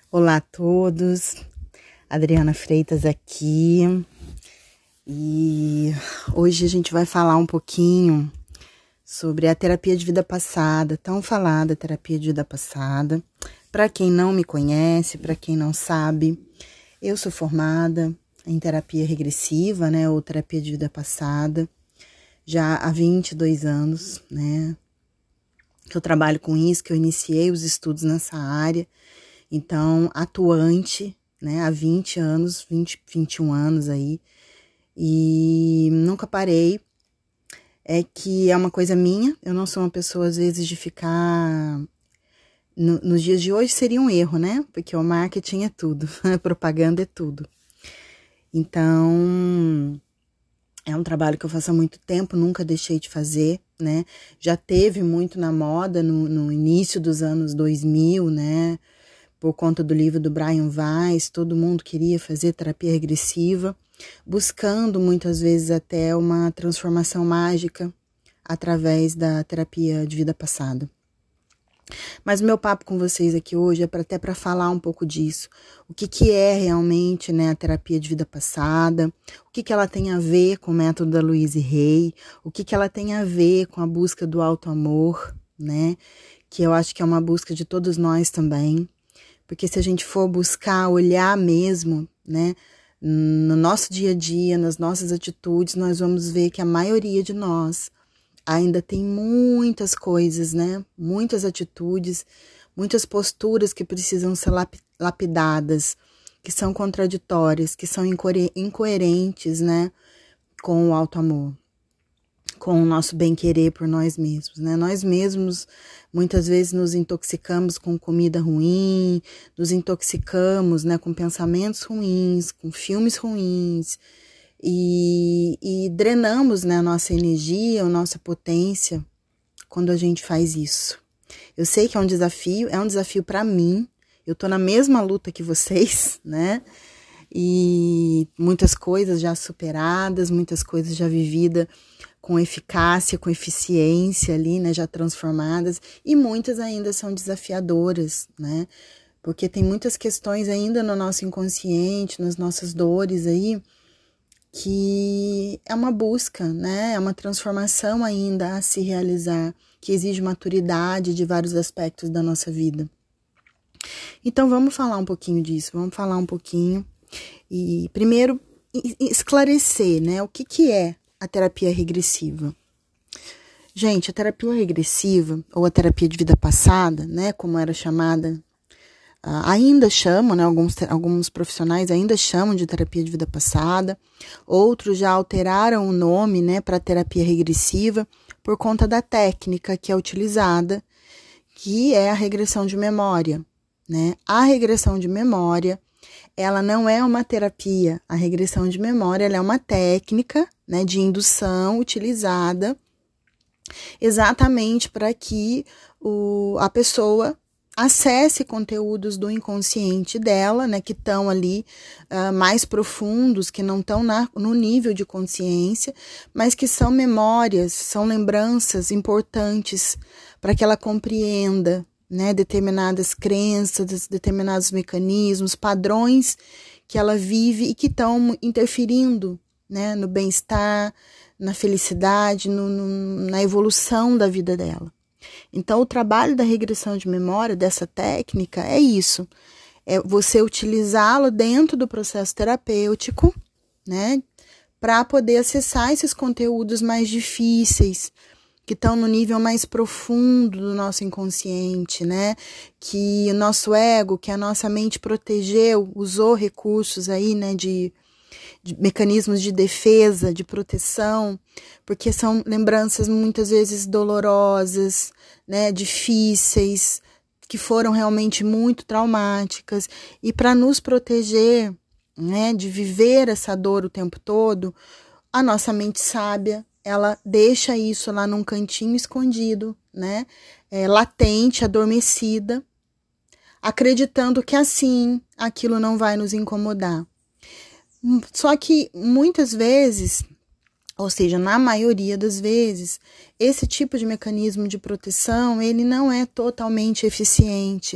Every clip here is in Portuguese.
Olá a todos, Adriana Freitas aqui, e hoje a gente vai falar um pouquinho sobre a terapia de vida passada, tão falada terapia de vida passada. Para quem não me conhece, para quem não sabe, eu sou formada em terapia regressiva, ou terapia de vida passada, já há 22 anos, que eu trabalho com isso, que eu iniciei os estudos nessa área. Então, atuante, há 20 anos, 21 anos aí, e nunca parei. É que é uma coisa minha, eu não sou uma pessoa, às vezes, de ficar... nos dias de hoje seria um erro, Porque o marketing é tudo, a propaganda é tudo. Então, é um trabalho que eu faço há muito tempo, nunca deixei de fazer, Já teve muito na moda no início dos anos 2000, Por conta do livro do Brian Weiss, todo mundo queria fazer terapia regressiva, buscando muitas vezes até uma transformação mágica através da terapia de vida passada. Mas o meu papo com vocês aqui hoje é até para falar um pouco disso. O que é realmente a terapia de vida passada, o que ela tem a ver com o método da Louise Hay, o que ela tem a ver com a busca do auto-amor, que eu acho que é uma busca de todos nós também. Porque se a gente for buscar, olhar mesmo, no nosso dia a dia, nas nossas atitudes, nós vamos ver que a maioria de nós ainda tem muitas coisas, Muitas atitudes, muitas posturas que precisam ser lapidadas, que são contraditórias, que são incoerentes, com o auto-amor, com o nosso bem-querer por nós mesmos, Nós mesmos, muitas vezes, nos intoxicamos com comida ruim, nos intoxicamos, com pensamentos ruins, com filmes ruins, e drenamos, a nossa energia, a nossa potência, quando a gente faz isso. Eu sei que é um desafio para mim, eu tô na mesma luta que vocês, E muitas coisas já superadas, muitas coisas já vividas com eficácia, com eficiência ali, já transformadas, e muitas ainda são desafiadoras, Porque tem muitas questões ainda no nosso inconsciente, nas nossas dores aí, que é uma busca, É uma transformação ainda a se realizar, que exige maturidade de vários aspectos da nossa vida. Então vamos falar um pouquinho disso, e primeiro esclarecer, o que é a terapia regressiva. Gente, a terapia regressiva, ou a terapia de vida passada, como era chamada, ainda chamam, alguns profissionais ainda chamam de terapia de vida passada, outros já alteraram o nome, para terapia regressiva, por conta da técnica que é utilizada, que é a regressão de memória, A regressão de memória, ela não é uma terapia, a regressão de memória ela é uma técnica, de indução utilizada exatamente para que a pessoa acesse conteúdos do inconsciente dela, que estão ali mais profundos, que não estão no nível de consciência, mas que são memórias, são lembranças importantes para que ela compreenda, determinadas crenças, determinados mecanismos, padrões que ela vive e que estão interferindo, no bem-estar, na felicidade, na evolução da vida dela. Então, o trabalho da regressão de memória, dessa técnica, é isso. É você utilizá-lo dentro do processo terapêutico, para poder acessar esses conteúdos mais difíceis, que estão no nível mais profundo do nosso inconsciente, Que o nosso ego, que a nossa mente protegeu, usou recursos aí, de mecanismos de defesa, de proteção, porque são lembranças muitas vezes dolorosas, difíceis, que foram realmente muito traumáticas, e para nos proteger, de viver essa dor o tempo todo, a nossa mente sábia, ela deixa isso lá num cantinho escondido, latente, adormecida, acreditando que assim aquilo não vai nos incomodar. Só que muitas vezes, ou seja, na maioria das vezes, esse tipo de mecanismo de proteção, ele não é totalmente eficiente,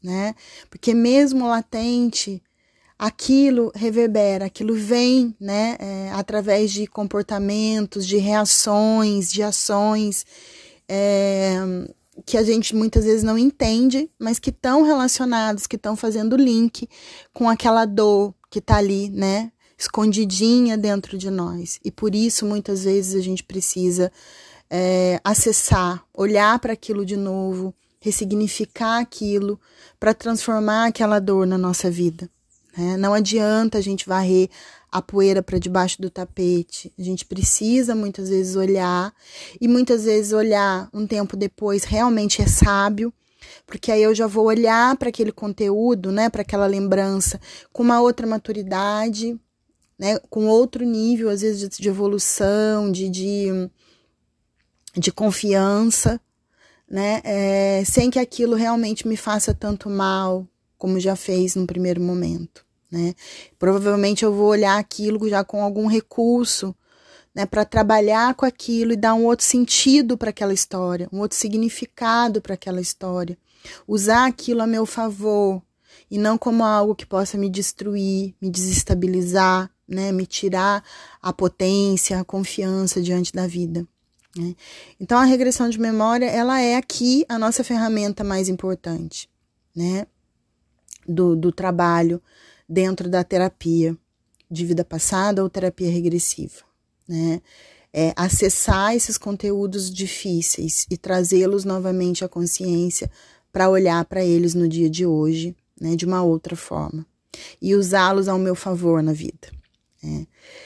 né? Porque mesmo latente, aquilo reverbera, aquilo vem, né? Através de comportamentos, de reações, de ações, que a gente muitas vezes não entende, mas que estão relacionados, que estão fazendo link com aquela dor que está ali, né? Escondidinha dentro de nós. E por isso, muitas vezes, a gente precisa acessar, olhar para aquilo de novo, ressignificar aquilo para transformar aquela dor na nossa vida. Né? Não adianta a gente varrer a poeira para debaixo do tapete. A gente precisa muitas vezes olhar, e muitas vezes olhar um tempo depois realmente é sábio, porque aí eu já vou olhar para aquele conteúdo, né, para aquela lembrança com uma outra maturidade, né, com outro nível, às vezes, de evolução, de confiança, né, sem que aquilo realmente me faça tanto mal como já fez no primeiro momento, né. Provavelmente eu vou olhar aquilo já com algum recurso, né, para trabalhar com aquilo e dar um outro sentido para aquela história, um outro significado para aquela história. Usar aquilo a meu favor e não como algo que possa me destruir, me desestabilizar, né, me tirar a potência, a confiança diante da vida. Né? Então, a regressão de memória, ela é aqui a nossa ferramenta mais importante, né, do trabalho dentro da terapia de vida passada ou terapia regressiva, né? Acessar esses conteúdos difíceis e trazê-los novamente à consciência para olhar para eles no dia de hoje, né, de uma outra forma, e usá-los ao meu favor na vida. Né?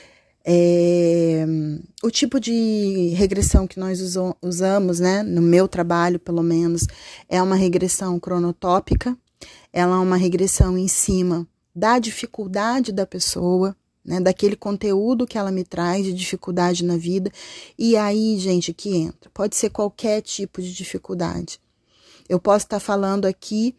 O tipo de regressão que nós usamos, né, no meu trabalho, pelo menos, é uma regressão cronotópica. Ela é uma regressão em cima da dificuldade da pessoa, né, daquele conteúdo que ela me traz de dificuldade na vida. E aí, gente, que entra. Pode ser qualquer tipo de dificuldade. Eu posso estar falando aqui,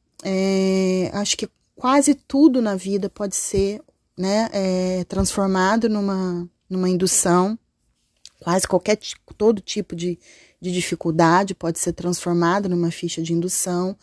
acho que quase tudo na vida pode ser, né, transformado numa indução. Quase todo tipo de dificuldade pode ser transformado numa ficha de indução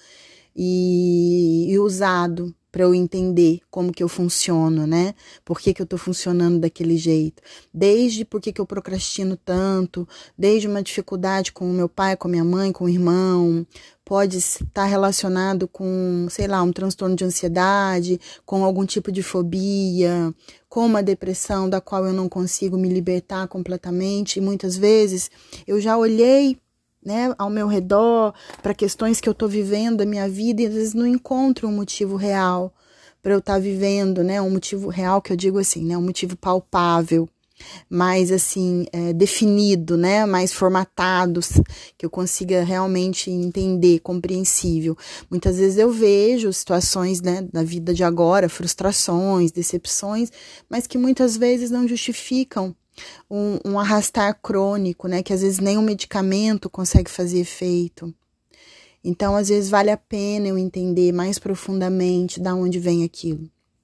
e usado para eu entender como que eu funciono, né? Por que eu tô funcionando daquele jeito. Desde por que eu procrastino tanto, desde uma dificuldade com o meu pai, com a minha mãe, com o irmão, pode estar relacionado com, sei lá, um transtorno de ansiedade, com algum tipo de fobia, com uma depressão da qual eu não consigo me libertar completamente. E muitas vezes eu já olhei, né, ao meu redor, para questões que eu estou vivendo da minha vida, e às vezes não encontro um motivo real para eu estar vivendo, né, um motivo real que eu digo assim, né, um motivo palpável, mais assim, definido, né, mais formatado, que eu consiga realmente entender, compreensível. Muitas vezes eu vejo situações, né, da vida de agora, frustrações, decepções, mas que muitas vezes não justificam um arrastar crônico, né, que às vezes nem um medicamento consegue fazer efeito. Então, às vezes vale a pena eu entender mais profundamente de onde vem aquilo.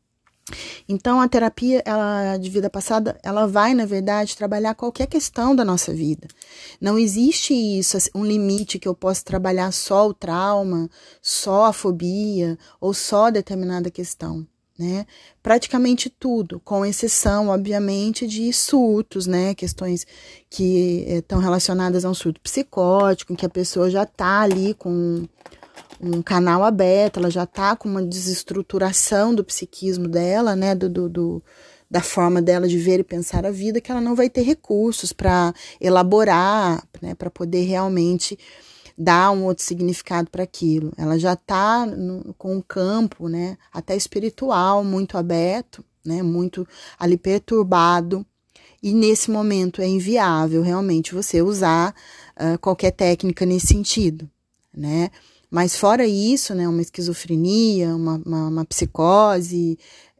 Então, a terapia de vida passada, ela vai, na verdade, trabalhar qualquer questão da nossa vida. Não existe isso, um limite que eu possa trabalhar só o trauma, só a fobia ou só determinada questão. Né? Praticamente tudo, com exceção, obviamente, de surtos, né? Questões que estão relacionadas a um surto psicótico, em que a pessoa já está ali com um canal aberto, ela já está com uma desestruturação do psiquismo dela, né? Da forma dela de ver e pensar a vida, que ela não vai ter recursos para elaborar, né? Para poder realmente dar um outro significado para aquilo. Ela já está com um campo, né, até espiritual muito aberto, né, muito ali perturbado, e nesse momento é inviável realmente você usar qualquer técnica nesse sentido, né? Mas fora isso, né, uma esquizofrenia, uma psicose,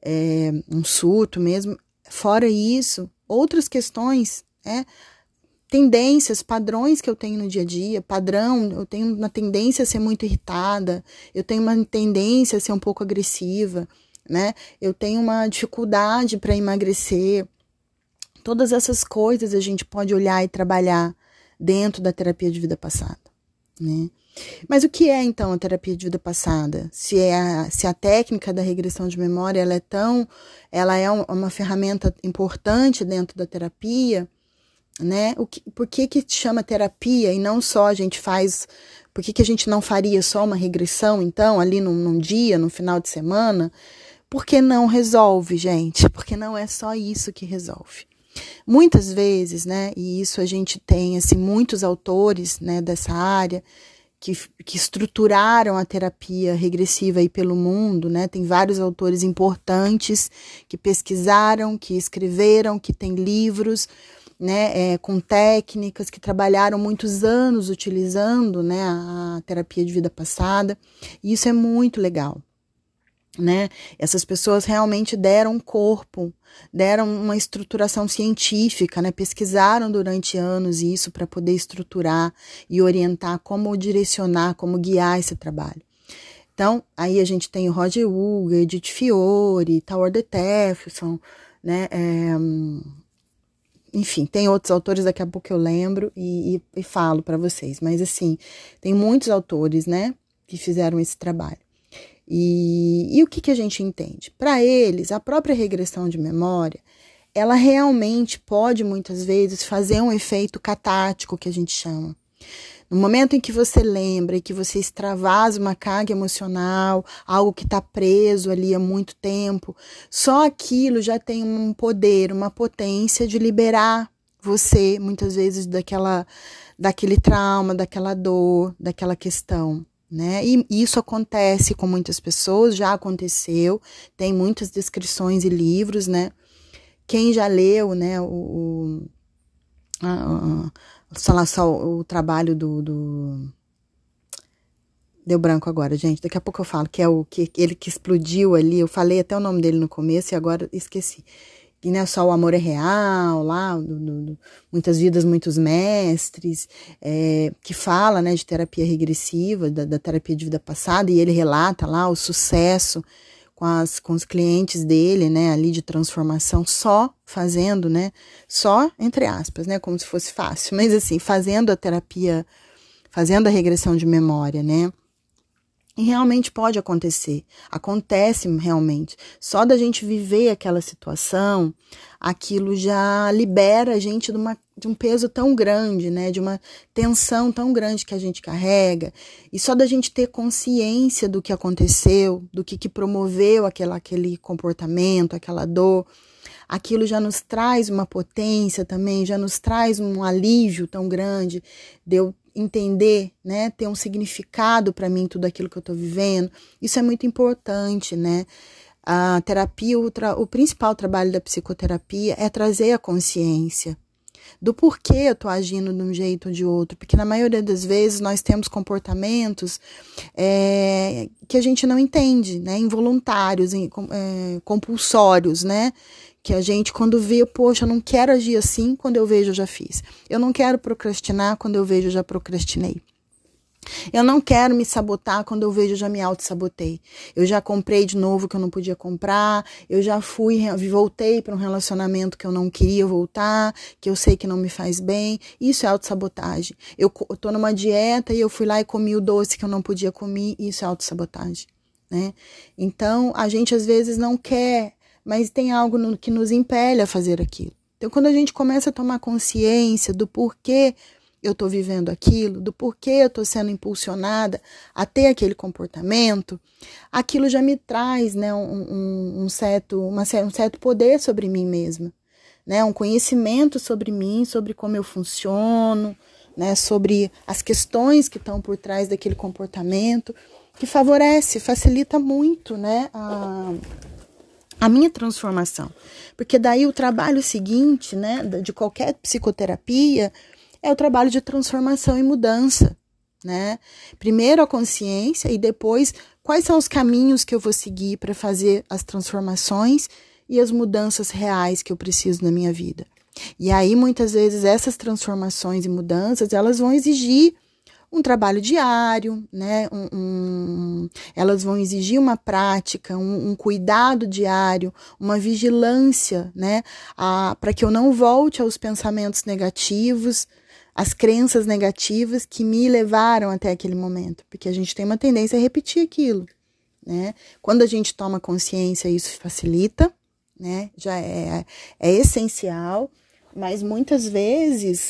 um surto mesmo, fora isso, outras questões, né? Tendências, padrões que eu tenho no dia a dia, eu tenho uma tendência a ser muito irritada, eu tenho uma tendência a ser um pouco agressiva, né? Eu tenho uma dificuldade para emagrecer. Todas essas coisas a gente pode olhar e trabalhar dentro da terapia de vida passada, né? Mas o que é, então, a terapia de vida passada? Se a técnica da regressão de memória ela é uma ferramenta importante dentro da terapia, né? Por que chama terapia e não só a gente faz... Por que a gente não faria só uma regressão, então, ali num dia, no final de semana? Porque não resolve, gente. Porque não é só isso que resolve. Muitas vezes, né? E isso a gente tem, assim, muitos autores, né, dessa área que estruturaram a terapia regressiva aí pelo mundo, né? Tem vários autores importantes que pesquisaram, que escreveram, que têm livros, né, com técnicas, que trabalharam muitos anos utilizando, né, a terapia de vida passada, e isso é muito legal, né? Essas pessoas realmente deram corpo, deram uma estruturação científica, né? Pesquisaram durante anos isso para poder estruturar e orientar como direcionar, como guiar esse trabalho. Então, aí a gente tem o Roger Huger, Edith Fiore, Tower de Tefferson, né? Enfim, tem outros autores, daqui a pouco eu lembro e falo para vocês. Mas, assim, tem muitos autores, né, que fizeram esse trabalho. E o que a gente entende? Para eles, a própria regressão de memória, ela realmente pode, muitas vezes, fazer um efeito catártico, que a gente chama. No momento em que você lembra e que você extravasa uma carga emocional, algo que está preso ali há muito tempo, só aquilo já tem um poder, uma potência de liberar você, muitas vezes, daquele trauma, daquela dor, daquela questão. Né? E isso acontece com muitas pessoas, já aconteceu, tem muitas descrições e livros, né? Quem já leu, né, o trabalho Deu branco agora, gente, daqui a pouco eu falo, que é ele que explodiu ali, eu falei até o nome dele no começo e agora esqueci. E não é só O Amor é Real, lá, Muitas Vidas, Muitos Mestres, que fala, né, de terapia regressiva, da terapia de vida passada, e ele relata lá o sucesso com os clientes dele, né, ali de transformação, só fazendo, né, só, entre aspas, né, como se fosse fácil, mas assim, fazendo a terapia, fazendo a regressão de memória, né. E realmente pode acontecer, acontece realmente. Só da gente viver aquela situação, aquilo já libera a gente de um peso tão grande, né? De uma tensão tão grande que a gente carrega. E só da gente ter consciência do que aconteceu, do que promoveu aquele comportamento, aquela dor, aquilo já nos traz uma potência também, já nos traz um alívio tão grande de eu entender, né, ter um significado para mim tudo aquilo que eu estou vivendo. Isso é muito importante, né? A terapia, o principal trabalho da psicoterapia é trazer a consciência do porquê eu estou agindo de um jeito ou de outro, porque na maioria das vezes nós temos comportamentos que a gente não entende, né, involuntários, compulsórios, né, que a gente, quando vê, poxa, eu não quero agir assim, quando eu vejo, eu já fiz. Eu não quero procrastinar, quando eu vejo, eu já procrastinei. Eu não quero me sabotar, quando eu vejo, eu já me auto-sabotei. Eu já comprei de novo o que eu não podia comprar, eu já voltei para um relacionamento que eu não queria voltar, que eu sei que não me faz bem. Isso é autossabotagem. Eu tô numa dieta e eu fui lá e comi o doce que eu não podia comer, isso é autossabotagem, né? Então, a gente às vezes não quer, mas tem algo que nos impele a fazer aquilo. Então, quando a gente começa a tomar consciência do porquê eu estou vivendo aquilo, do porquê eu estou sendo impulsionada a ter aquele comportamento, aquilo já me traz, né, um certo poder sobre mim mesma, né, um conhecimento sobre mim, sobre como eu funciono, né, sobre as questões que estão por trás daquele comportamento, que facilita muito, né, a minha transformação. Porque daí o trabalho seguinte, né, de qualquer psicoterapia é o trabalho de transformação e mudança, né? Primeiro a consciência e depois quais são os caminhos que eu vou seguir para fazer as transformações e as mudanças reais que eu preciso na minha vida. E aí, muitas vezes, essas transformações e mudanças, elas vão exigir um trabalho diário, né? Elas vão exigir uma prática, um cuidado diário, uma vigilância, né? Para que eu não volte aos pensamentos negativos, as crenças negativas que me levaram até aquele momento, porque a gente tem uma tendência a repetir aquilo, né? Quando a gente toma consciência, isso facilita, né? Já é essencial, mas muitas vezes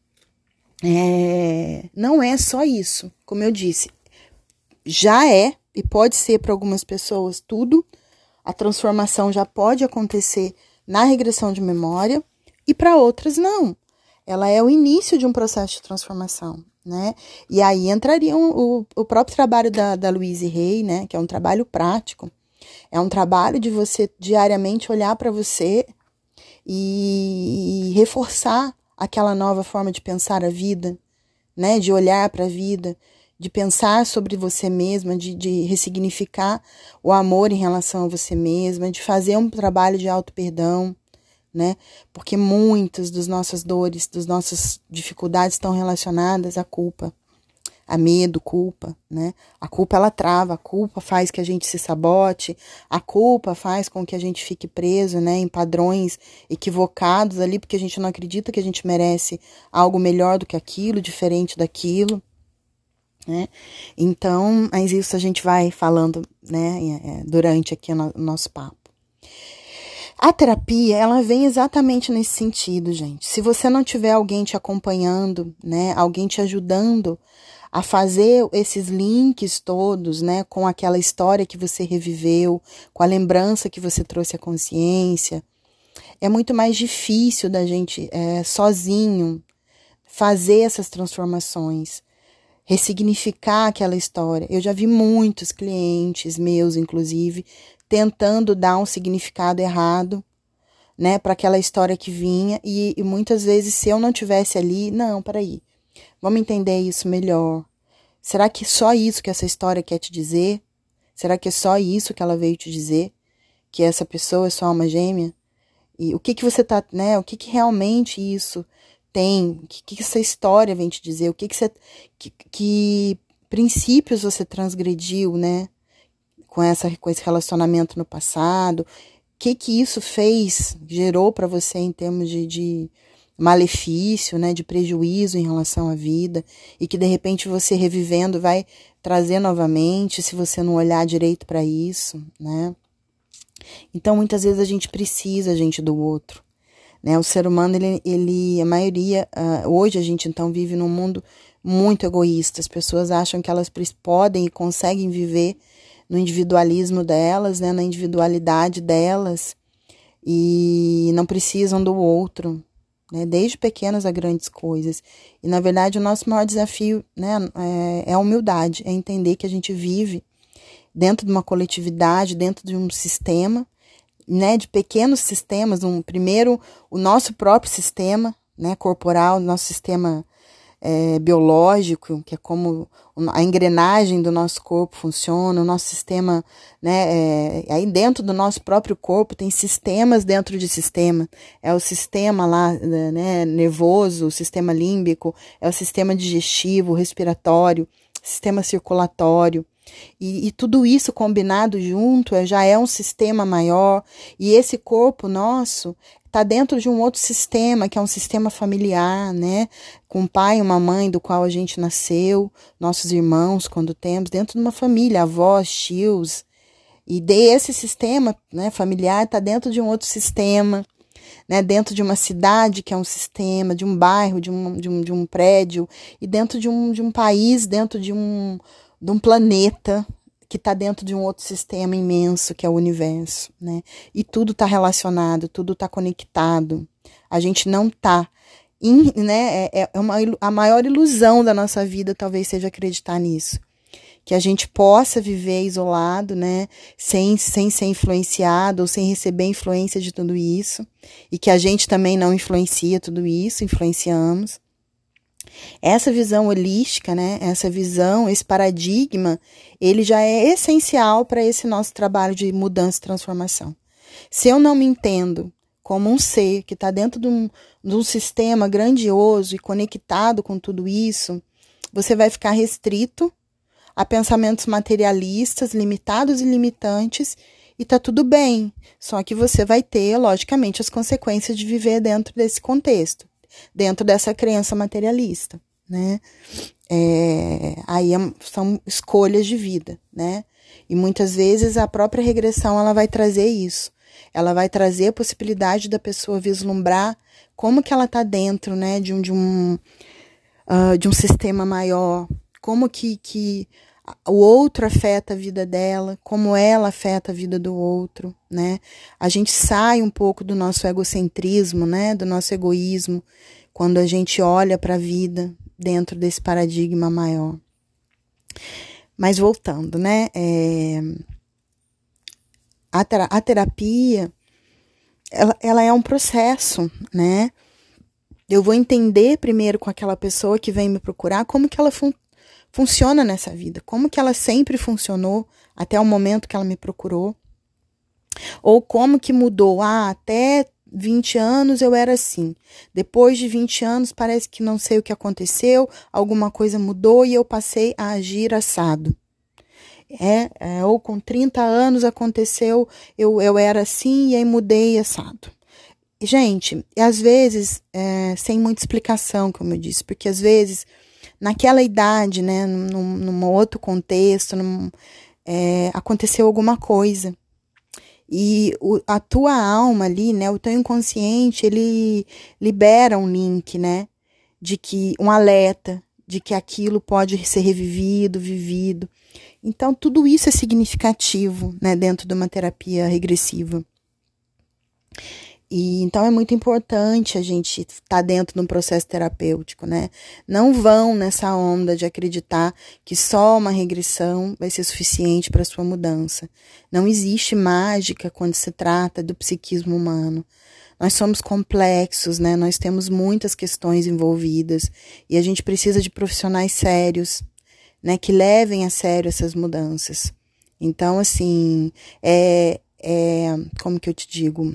não é só isso. Como eu disse, já é e pode ser para algumas pessoas tudo. A transformação já pode acontecer na regressão de memória e para outras não. Ela é o início de um processo de transformação, né? E aí entraria o próprio trabalho da Louise Hay, né? Que é um trabalho prático. É um trabalho de você diariamente olhar para você e reforçar aquela nova forma de pensar a vida, né? De olhar para a vida, de pensar sobre você mesma, de ressignificar o amor em relação a você mesma, de fazer um trabalho de auto-perdão, né? Porque muitas das nossas dores, das nossas dificuldades estão relacionadas à culpa, a medo, culpa, né? A culpa, ela trava, a culpa faz que a gente se sabote, a culpa faz com que a gente fique preso, né, em padrões equivocados ali, porque a gente não acredita que a gente merece algo melhor do que aquilo, diferente daquilo, né? Então, mas isso a gente vai falando, né, durante aqui o nosso papo. A terapia, ela vem exatamente nesse sentido, gente. Se você não tiver alguém te acompanhando, né, alguém te ajudando a fazer esses links todos, né, com aquela história que você reviveu, com a lembrança que você trouxe à consciência, é muito mais difícil da gente, sozinho, fazer essas transformações, ressignificar aquela história. Eu já vi muitos clientes meus, inclusive, tentando dar um significado errado, né, para aquela história que vinha, e muitas vezes, se eu não tivesse ali, não, peraí, vamos entender isso melhor. Será que só isso que essa história quer te dizer? Será que é só isso que ela veio te dizer? Que essa pessoa é sua alma gêmea? E o que você tá, né, o que realmente isso tem? O que essa história vem te dizer? O que princípios você transgrediu, né, com esse relacionamento no passado? O que isso gerou para você em termos de malefício, né, de prejuízo em relação à vida, e que de repente você revivendo vai trazer novamente, se você não olhar direito para isso, né? Então, muitas vezes a gente precisa, gente, do outro, né? O ser humano, a maioria, hoje a gente então vive num mundo muito egoísta. As pessoas acham que elas podem e conseguem viver no individualismo delas, né, na individualidade delas, e não precisam do outro, né, desde pequenas a grandes coisas. E, na verdade, o nosso maior desafio, né, é a humildade, é entender que a gente vive dentro de uma coletividade, dentro de um sistema, né, de pequenos sistemas. Primeiro, o nosso próprio sistema, né, corporal, nosso sistema biológico, que é como a engrenagem do nosso corpo funciona, o nosso sistema, né, aí dentro do nosso próprio corpo tem sistemas dentro de sistema, é o sistema lá, né, nervoso, o sistema límbico, é o sistema digestivo, respiratório, sistema circulatório, e tudo isso combinado junto já é um sistema maior, e esse corpo nosso está dentro de um outro sistema, que é um sistema familiar, né? Com um pai e uma mãe do qual a gente nasceu, nossos irmãos, quando temos, dentro de uma família, avós, tios. E desse sistema, né, familiar está dentro de um outro sistema, né? Dentro de uma cidade, que é um sistema, de um bairro, de um prédio, e dentro de um país, dentro de um planeta, que está dentro de um outro sistema imenso, que é o universo, né? E tudo está relacionado, tudo está conectado. A gente não está, né? A maior ilusão da nossa vida talvez seja acreditar nisso. Que a gente possa viver isolado, né? Sem ser influenciado ou sem receber influência de tudo isso. E que a gente também não influencia tudo isso, influenciamos. Essa visão holística, né, essa visão, esse paradigma, ele já é essencial para esse nosso trabalho de mudança e transformação. Se eu não me entendo como um ser que está dentro de um sistema grandioso e conectado com tudo isso, você vai ficar restrito a pensamentos materialistas, limitados e limitantes, e tá tudo bem. Só que você vai ter, logicamente, as consequências de viver dentro desse contexto. dentro dessa crença materialista, né? Aí são escolhas de vida, né? E muitas vezes a própria regressão ela vai trazer isso. Ela vai trazer a possibilidade da pessoa vislumbrar como que ela está dentro, né, de um sistema maior, como que o outro afeta a vida dela, como ela afeta a vida do outro, né? A gente sai um pouco do nosso egocentrismo, né, do nosso egoísmo, quando a gente olha para a vida dentro desse paradigma maior. Mas voltando, né, a terapia, ela é um processo, né? Eu vou entender primeiro com aquela pessoa que vem me procurar como que ela funciona nessa vida, como que ela sempre funcionou até o momento que ela me procurou, ou como que mudou. Até 20 anos eu era assim, depois de 20 anos parece que não sei o que aconteceu, alguma coisa mudou e eu passei a agir assado. Ou com 30 anos aconteceu, eu era assim e aí mudei assado. Gente, às vezes, sem muita explicação, como eu disse, porque às vezes, naquela idade, né, num outro contexto, aconteceu alguma coisa. E a tua alma ali, né, o teu inconsciente, ele libera um link, né, um alerta, de que aquilo pode ser revivido, vivido. Então, tudo isso é significativo, né, dentro de uma terapia regressiva. E então é muito importante a gente estar dentro de um processo terapêutico, né? Não vão nessa onda de acreditar que só uma regressão vai ser suficiente para a sua mudança. Não existe mágica quando se trata do psiquismo humano. Nós somos complexos, né? Nós temos muitas questões envolvidas e a gente precisa de profissionais sérios, né? Que levem a sério essas mudanças. Então, assim, como que eu te digo?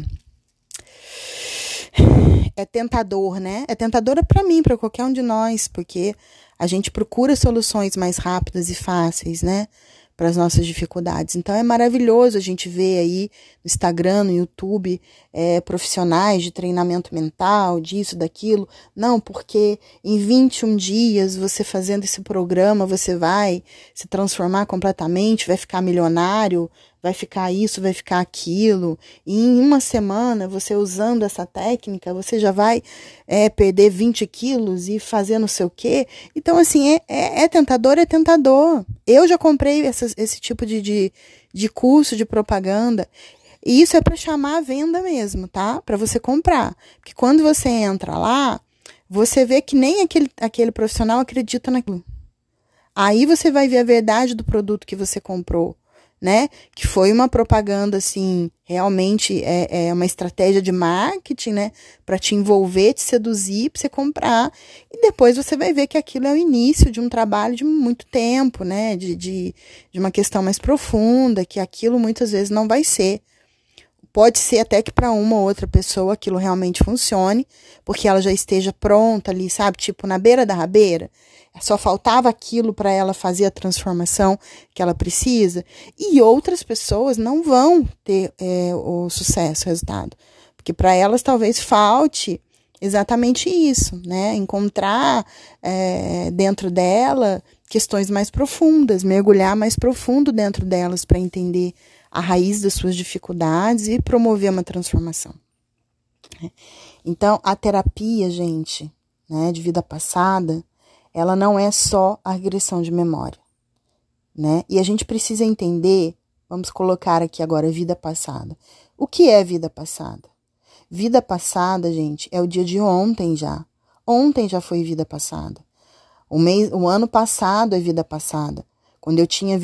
É tentador, né? É tentadora para mim, para qualquer um de nós, porque a gente procura soluções mais rápidas e fáceis, né? Para as nossas dificuldades. Então é maravilhoso a gente ver aí no Instagram, no YouTube, profissionais de treinamento mental, disso, daquilo. Não, porque em 21 dias, você fazendo esse programa, você vai se transformar completamente, vai ficar milionário, vai ficar isso, vai ficar aquilo. E em uma semana, você usando essa técnica, você já vai perder 20 quilos e fazer não sei o quê. Então, assim, é tentador, é tentador. Eu já comprei esse tipo de curso de propaganda. E isso é para chamar a venda mesmo, tá? Para você comprar. Porque quando você entra lá, você vê que nem aquele profissional acredita naquilo. Aí você vai ver a verdade do produto que você comprou, né? Que foi uma propaganda, assim, realmente é uma estratégia de marketing, né? Para te envolver, te seduzir, para você comprar. E depois você vai ver que aquilo é o início de um trabalho de muito tempo, né? De uma questão mais profunda, que aquilo muitas vezes não vai ser. Pode ser até que para uma ou outra pessoa aquilo realmente funcione, porque ela já esteja pronta ali, sabe? Tipo, na beira da rabeira. Só faltava aquilo para ela fazer a transformação que ela precisa. E outras pessoas não vão ter o sucesso, o resultado. Porque para elas talvez falte exatamente isso, né? Encontrar dentro dela questões mais profundas, mergulhar mais profundo dentro delas para entender a raiz das suas dificuldades e promover uma transformação. Então, a terapia, gente, né, de vida passada, ela não é só a regressão de memória, né? E a gente precisa entender, vamos colocar aqui agora vida passada. O que é vida passada? Vida passada, gente, é o dia de ontem já. Ontem já foi vida passada. O ano passado é vida passada. Quando eu tinha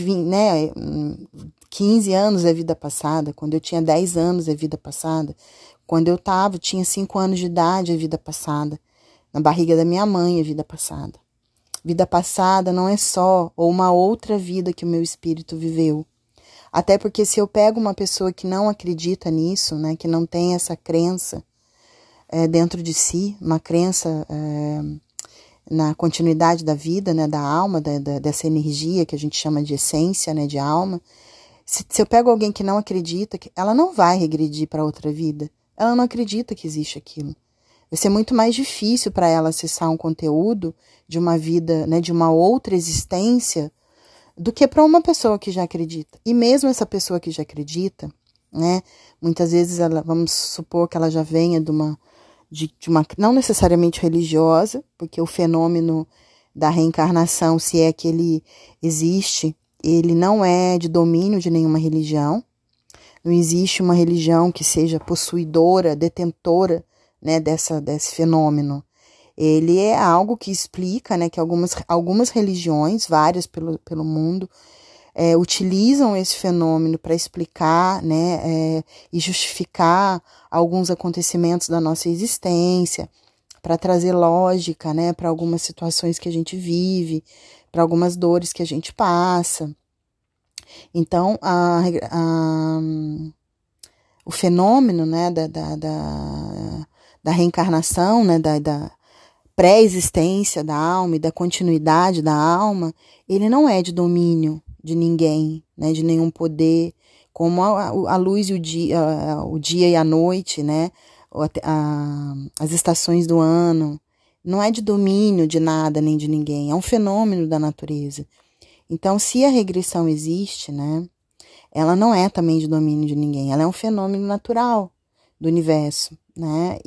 15 anos é vida passada. Quando eu tinha 10 anos é vida passada. Quando eu tinha 5 anos de idade é vida passada. Na barriga da minha mãe é vida passada. Vida passada não é só ou uma outra vida que o meu espírito viveu. Até porque se eu pego uma pessoa que não acredita nisso, né, que não tem essa crença dentro de si, uma crença na continuidade da vida, né, da alma, dessa energia que a gente chama de essência, né, de alma, se eu pego alguém que não acredita, ela não vai regredir para outra vida. Ela não acredita que existe aquilo. Vai ser muito mais difícil para ela acessar um conteúdo de uma vida, né, de uma outra existência, do que para uma pessoa que já acredita. E mesmo essa pessoa que já acredita, né, muitas vezes vamos supor que ela já venha de uma, não necessariamente religiosa, porque o fenômeno da reencarnação, se é que ele existe, ele não é de domínio de nenhuma religião. Não existe uma religião que seja possuidora, detentora, né, desse fenômeno. Ele é algo que explica, né, que algumas religiões, várias pelo mundo, utilizam esse fenômeno para explicar, né, e justificar alguns acontecimentos da nossa existência, para trazer lógica, né, para algumas situações que a gente vive, para algumas dores que a gente passa. Então, o fenômeno, né, da reencarnação, né, da pré-existência da alma e da continuidade da alma, ele não é de domínio de ninguém, né, de nenhum poder, como a luz e o dia e a noite, né, as estações do ano, não é de domínio de nada nem de ninguém, é um fenômeno da natureza. Então, se a regressão existe, né, ela não é também de domínio de ninguém, ela é um fenômeno natural do universo, né,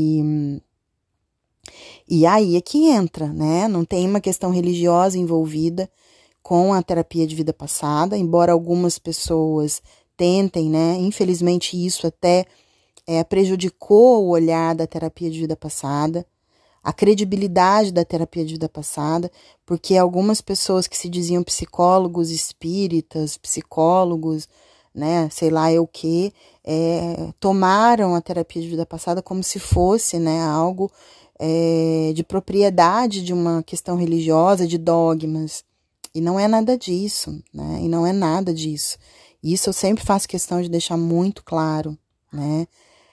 e aí é que entra, né, não tem uma questão religiosa envolvida com a terapia de vida passada, embora algumas pessoas tentem, né, infelizmente isso até prejudicou o olhar da terapia de vida passada, a credibilidade da terapia de vida passada, porque algumas pessoas que se diziam psicólogos espíritas, psicólogos, né, sei lá eu que, tomaram a terapia de vida passada como se fosse, né, algo de propriedade de uma questão religiosa, de dogmas. E não é nada disso, né, e não é nada disso. Isso eu sempre faço questão de deixar muito claro, né.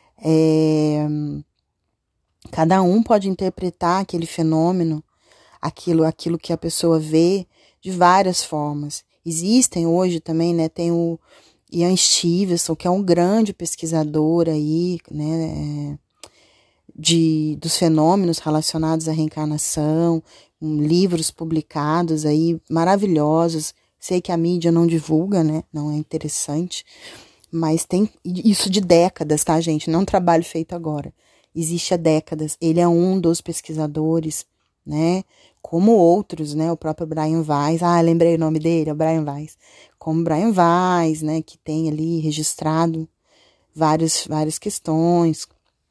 Cada um pode interpretar aquele fenômeno, aquilo que a pessoa vê, de várias formas. Existem hoje também, né, tem o Ian Stevenson, que é um grande pesquisador aí, né, dos fenômenos relacionados à reencarnação, livros publicados aí maravilhosos. Sei que a mídia não divulga, né, não é interessante, mas tem isso de décadas, tá, gente? Não é um trabalho feito agora. Existe há décadas. Ele é um dos pesquisadores, né? Como outros, né? O próprio Brian Weiss. Lembrei o nome dele, é o Brian Weiss. Como Brian Weiss, né? Que tem ali registrado várias questões.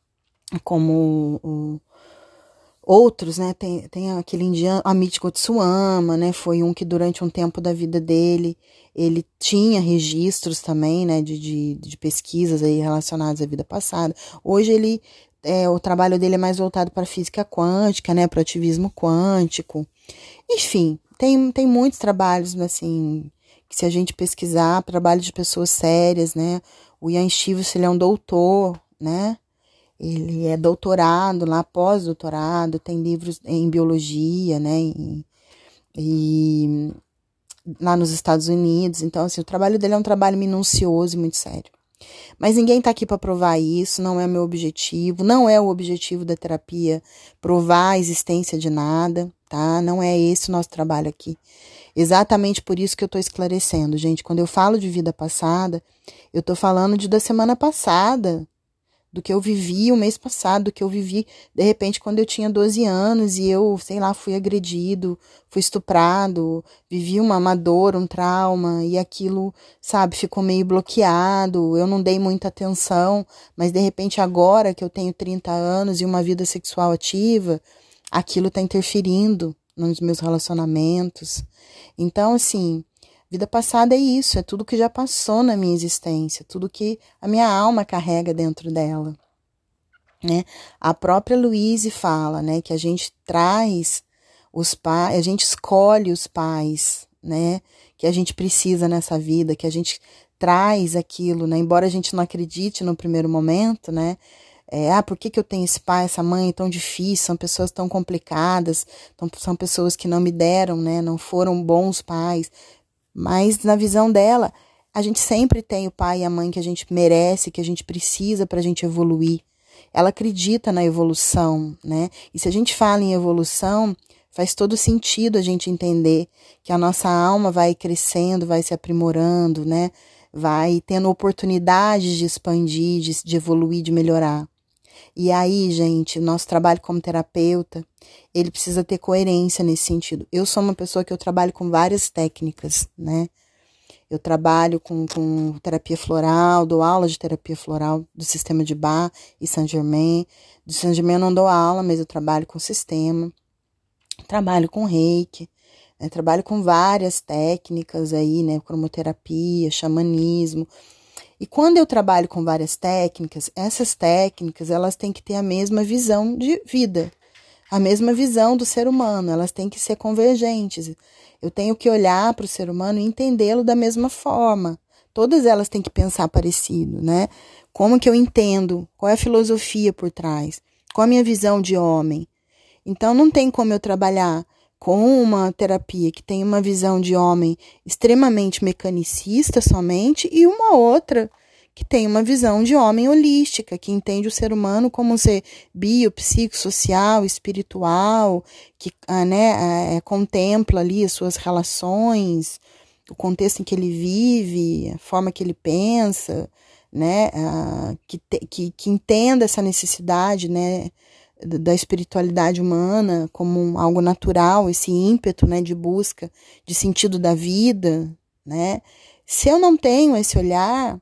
Como outros, né? Tem aquele indiano, Amit Goswami, né? Foi um que durante um tempo da vida dele, ele tinha registros também, né? De pesquisas aí relacionadas à vida passada. Hoje o trabalho dele é mais voltado para a física quântica, né? Para o ativismo quântico. Enfim, tem muitos trabalhos, assim, que se a gente pesquisar, trabalho de pessoas sérias, né? O Ian Stevenson, ele é um doutor, né? Ele é doutorado lá, pós-doutorado, tem livros em biologia, né, e lá nos Estados Unidos. Então, assim, o trabalho dele é um trabalho minucioso e muito sério. Mas ninguém tá aqui para provar isso, não é meu objetivo, não é o objetivo da terapia provar a existência de nada, tá? Não é esse o nosso trabalho aqui. Exatamente por isso que eu tô esclarecendo, gente. Quando eu falo de vida passada, eu tô falando da semana passada, do que eu vivi o mês passado, do que eu vivi, de repente, quando eu tinha 12 anos e eu, sei lá, fui agredido, fui estuprado, vivi uma dor, um trauma, e aquilo, sabe, ficou meio bloqueado, eu não dei muita atenção, mas de repente agora que eu tenho 30 anos e uma vida sexual ativa, aquilo tá interferindo nos meus relacionamentos. Então, assim, vida passada é isso, é tudo que já passou na minha existência, tudo que a minha alma carrega dentro dela, né? A própria Louise fala, né, que a gente traz os pais, a gente escolhe os pais, né, que a gente precisa nessa vida, que a gente traz aquilo, né, embora a gente não acredite no primeiro momento, né, por que eu tenho esse pai, essa mãe tão difícil, são pessoas tão complicadas, são pessoas que não me deram, né, não foram bons pais. Mas na visão dela, a gente sempre tem o pai e a mãe que a gente merece, que a gente precisa para a gente evoluir. ela acredita na evolução, né? E se a gente fala em evolução, faz todo sentido a gente entender que a nossa alma vai crescendo, vai se aprimorando, né? Vai tendo oportunidades de expandir, de evoluir, de melhorar. E aí, gente, o nosso trabalho como terapeuta, ele precisa ter coerência nesse sentido. Eu sou uma pessoa que eu trabalho com várias técnicas, né? Eu trabalho com terapia floral, dou aula de terapia floral do sistema de Bach e Saint-Germain. Do Saint-Germain eu não dou aula, mas eu trabalho com sistema. Trabalho com reiki, né? Trabalho com várias técnicas aí, né? Cromoterapia, xamanismo. E quando eu trabalho com várias técnicas, essas técnicas, elas têm que ter a mesma visão de vida, a mesma visão do ser humano, elas têm que ser convergentes. Eu tenho que olhar para o ser humano e entendê-lo da mesma forma. Todas elas têm que pensar parecido, né? Como que eu entendo? Qual é a filosofia por trás? Qual a minha visão de homem? Então, não tem como eu trabalhar com uma terapia que tem uma visão de homem extremamente mecanicista somente e uma outra que tem uma visão de homem holística, que entende o ser humano como um ser biopsicossocial, espiritual, que contempla ali as suas relações, o contexto em que ele vive, a forma que ele pensa, né, que entenda essa necessidade, né, da espiritualidade humana como algo natural, esse ímpeto, né, de busca de sentido da vida, né? Se eu não tenho esse olhar,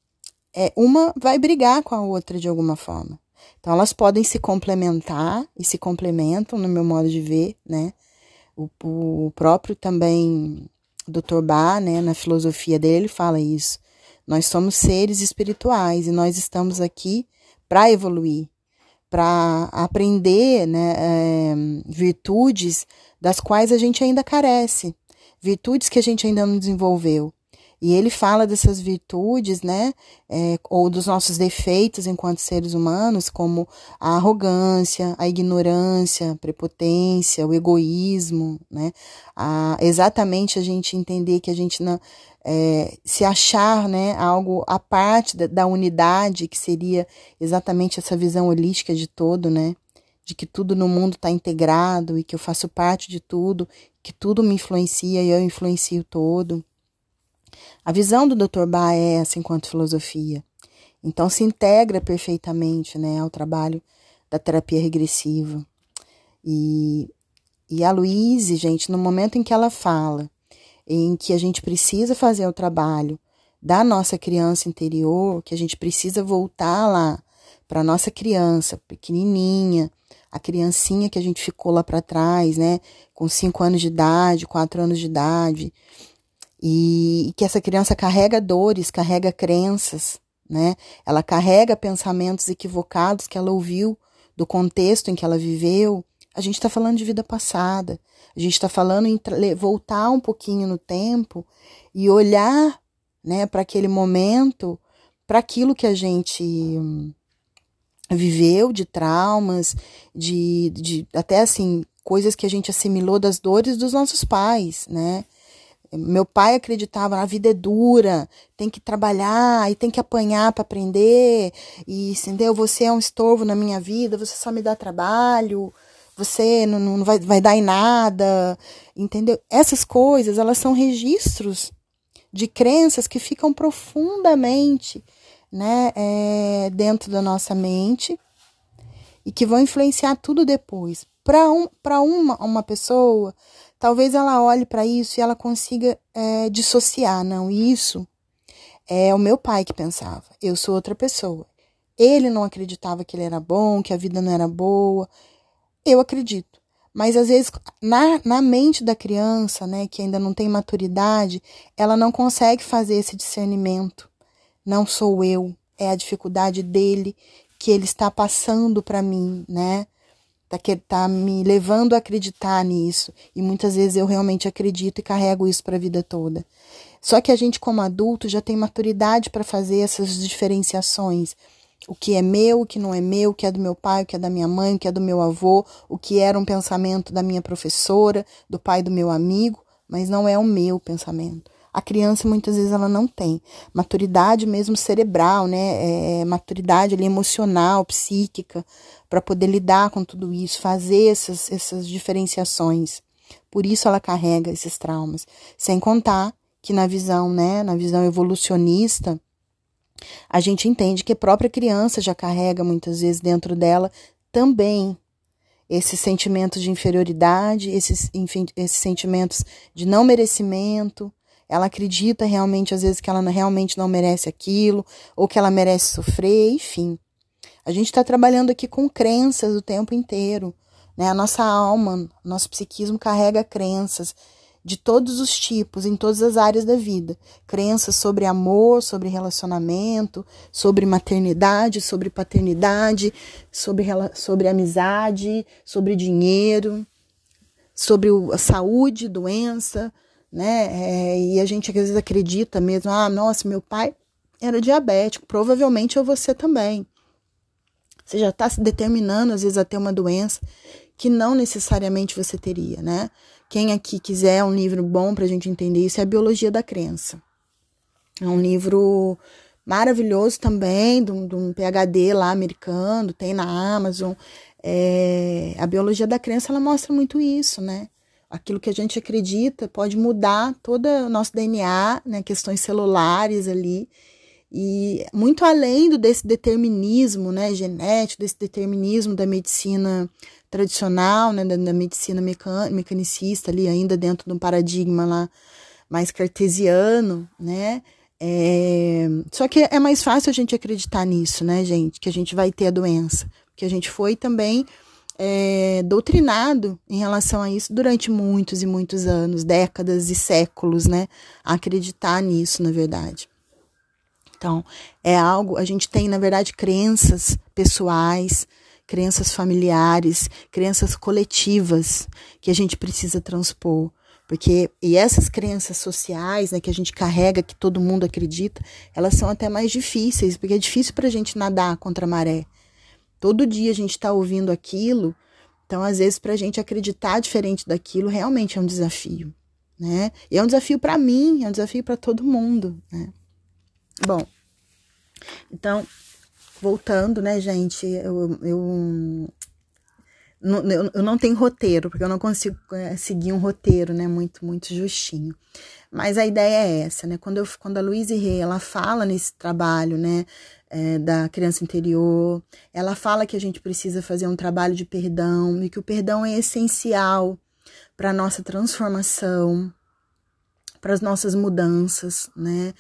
uma vai brigar com a outra de alguma forma. Então, elas podem se complementar e se complementam, no meu modo de ver, né? O próprio também Dr. Bach, né, na filosofia dele, fala isso. Nós somos seres espirituais e nós estamos aqui para evoluir, para aprender, né, virtudes das quais a gente ainda carece, virtudes que a gente ainda não desenvolveu. E ele fala dessas virtudes, né, ou dos nossos defeitos enquanto seres humanos, como a arrogância, a ignorância, a prepotência, o egoísmo, né, exatamente a gente entender que a gente não se achar, né, algo à parte da unidade, que seria exatamente essa visão holística de todo, né, de que tudo no mundo está integrado e que eu faço parte de tudo, que tudo me influencia e eu influencio todo. A visão do Dr. Bach é essa enquanto filosofia. Então se integra perfeitamente, né, ao trabalho da terapia regressiva. E a Louise, gente, no momento em que ela fala em que a gente precisa fazer o trabalho da nossa criança interior, que a gente precisa voltar lá para a nossa criança pequenininha, a criancinha que a gente ficou lá para trás, né, com 5 anos de idade, 4 anos de idade, e que essa criança carrega dores, carrega crenças, né, ela carrega pensamentos equivocados que ela ouviu do contexto em que ela viveu. A gente está falando de vida passada, a gente está falando em voltar um pouquinho no tempo e olhar, né, para aquele momento, para aquilo que a gente viveu de traumas, de até assim, coisas que a gente assimilou das dores dos nossos pais, né? Meu pai acreditava, a vida é dura, tem que trabalhar e tem que apanhar para aprender, e entendeu? Você é um estorvo na minha vida, você só me dá trabalho, você não vai dar em nada, entendeu? Essas coisas, elas são registros de crenças que ficam profundamente, né, dentro da nossa mente e que vão influenciar tudo depois. Para uma pessoa, talvez ela olhe para isso e ela consiga dissociar. Não, isso é o meu pai que pensava, eu sou outra pessoa. Ele não acreditava que ele era bom, que a vida não era boa. Eu acredito. Mas, às vezes, na mente da criança, né, que ainda não tem maturidade, ela não consegue fazer esse discernimento. Não sou eu, é a dificuldade dele que ele está passando para mim, né? Tá me levando a acreditar nisso. E muitas vezes eu realmente acredito e carrego isso para a vida toda. Só que a gente, como adulto, já tem maturidade para fazer essas diferenciações. O que é meu, o que não é meu, o que é do meu pai, o que é da minha mãe, o que é do meu avô, o que era um pensamento da minha professora, do pai do meu amigo, mas não é o meu pensamento. a criança muitas vezes ela não tem. Maturidade mesmo cerebral, né? Maturidade ali emocional, psíquica, para poder lidar com tudo isso, fazer essas diferenciações. Por isso ela carrega esses traumas. Sem contar que na visão, né, na visão evolucionista, a gente entende que a própria criança já carrega muitas vezes dentro dela também esses sentimentos de inferioridade, esses sentimentos de não merecimento. Ela acredita realmente, às vezes, que ela realmente não merece aquilo, ou que ela merece sofrer, enfim. A gente está trabalhando aqui com crenças o tempo inteiro, né? A nossa alma, nosso psiquismo carrega crenças de todos os tipos, em todas as áreas da vida. Crenças sobre amor, sobre relacionamento, sobre maternidade, sobre paternidade, sobre amizade, sobre dinheiro, sobre a saúde, doença, né? E a gente às vezes acredita mesmo, nossa, meu pai era diabético, provavelmente eu vou ser também. Você já está se determinando, às vezes, a ter uma doença que não necessariamente você teria, né? Quem aqui quiser um livro bom para a gente entender isso é a Biologia da Crença. É um livro maravilhoso também, de um PhD lá americano, tem na Amazon. A Biologia da Crença, ela mostra muito isso, né? Aquilo que a gente acredita pode mudar todo o nosso DNA, né? Questões celulares ali. E muito além desse determinismo, né, genético, desse determinismo da medicina tradicional, né, da medicina mecanicista ali, ainda dentro de um paradigma lá mais cartesiano, né, só que é mais fácil a gente acreditar nisso, né, gente, que a gente vai ter a doença, porque a gente foi também doutrinado em relação a isso durante muitos e muitos anos, décadas e séculos, né, a acreditar nisso, na verdade. Então, a gente tem, na verdade, crenças pessoais, crenças familiares, crenças coletivas que a gente precisa transpor. E essas crenças sociais, né, que a gente carrega, que todo mundo acredita, elas são até mais difíceis, porque é difícil para a gente nadar contra a maré. Todo dia a gente está ouvindo aquilo, então, às vezes, para a gente acreditar diferente daquilo, realmente é um desafio, né? E é um desafio para mim, é um desafio para todo mundo, né? Bom, então, voltando, né, gente, eu não tenho roteiro, porque eu não consigo seguir um roteiro, né, muito, muito justinho. Mas a ideia é essa, né, quando a Louise Hay, ela fala nesse trabalho, né, da criança interior, ela fala que a gente precisa fazer um trabalho de perdão, e que o perdão é essencial para a nossa transformação, para as nossas mudanças, né,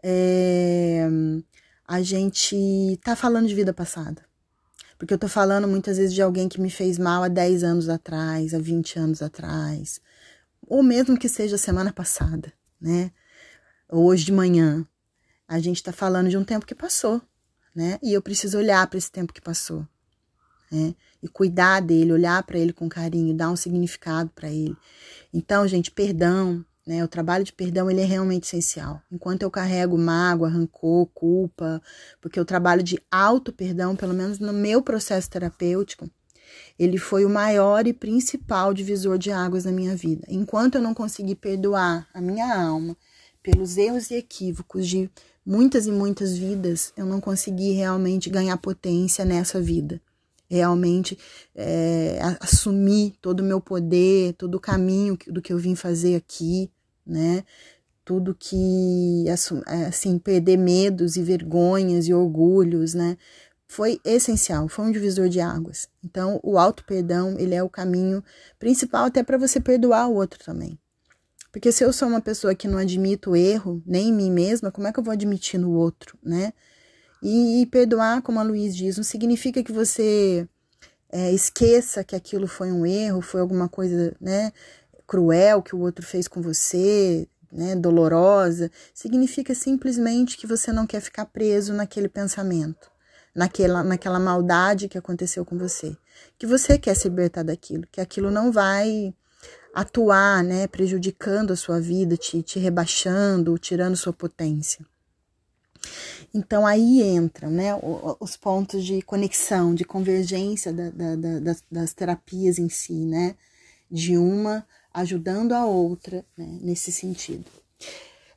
a gente tá falando de vida passada. Porque eu tô falando muitas vezes de alguém que me fez mal há 10 anos atrás, há 20 anos atrás, ou mesmo que seja semana passada, né? Ou hoje de manhã. A gente tá falando de um tempo que passou, né? E eu preciso olhar para esse tempo que passou, né? E cuidar dele, olhar para ele com carinho, dar um significado para ele. Então, gente, perdão, né? O trabalho de perdão, ele é realmente essencial. Enquanto eu carrego mágoa, rancor, culpa, porque o trabalho de auto-perdão, pelo menos no meu processo terapêutico, ele foi o maior e principal divisor de águas na minha vida. Enquanto eu não consegui perdoar a minha alma pelos erros e equívocos de muitas e muitas vidas, eu não consegui realmente ganhar potência nessa vida. Realmente assumir todo o meu poder, todo o caminho do que eu vim fazer aqui, né? Tudo que, assim, perder medos e vergonhas e orgulhos, né? Foi essencial, foi um divisor de águas. Então, o auto-perdão, ele é o caminho principal até para você perdoar o outro também. Porque se eu sou uma pessoa que não admito o erro, nem em mim mesma, como é que eu vou admitir no outro, né? E perdoar, como a Luiz diz, não significa que você esqueça que aquilo foi um erro, foi alguma coisa, né, cruel que o outro fez com você, né, dolorosa. Significa simplesmente que você não quer ficar preso naquele pensamento, naquela maldade que aconteceu com você. Que você quer se libertar daquilo, que aquilo não vai atuar, né, prejudicando a sua vida, te rebaixando, tirando sua potência. Então, aí entram, né, os pontos de conexão, de convergência das terapias em si, né, de uma ajudando a outra, né, nesse sentido.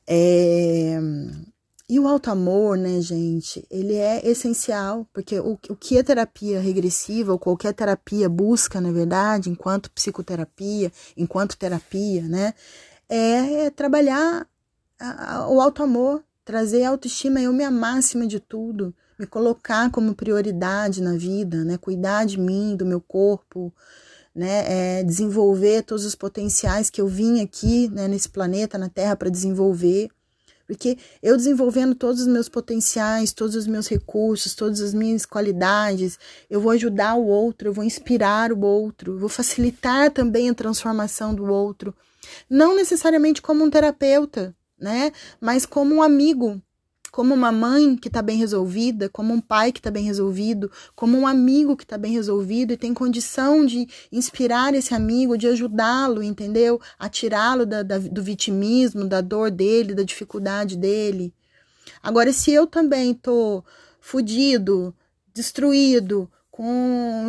E o auto-amor, né, gente, ele é essencial, porque o que a terapia regressiva ou qualquer terapia busca, na verdade, enquanto psicoterapia, enquanto terapia, né, é trabalhar o auto-amor, trazer a autoestima, eu me amar acima de tudo, me colocar como prioridade na vida, né, cuidar de mim, do meu corpo, né, desenvolver todos os potenciais que eu vim aqui, né, nesse planeta, na Terra, para desenvolver. Porque eu desenvolvendo todos os meus potenciais, todos os meus recursos, todas as minhas qualidades, eu vou ajudar o outro, eu vou inspirar o outro, vou facilitar também a transformação do outro. Não necessariamente como um terapeuta, né? Mas como um amigo, como uma mãe que está bem resolvida, como um pai que está bem resolvido, como um amigo que está bem resolvido e tem condição de inspirar esse amigo, de ajudá-lo, entendeu? A tirá-lo do vitimismo, da dor dele, da dificuldade dele. Agora, se eu também tô fudido, destruído, com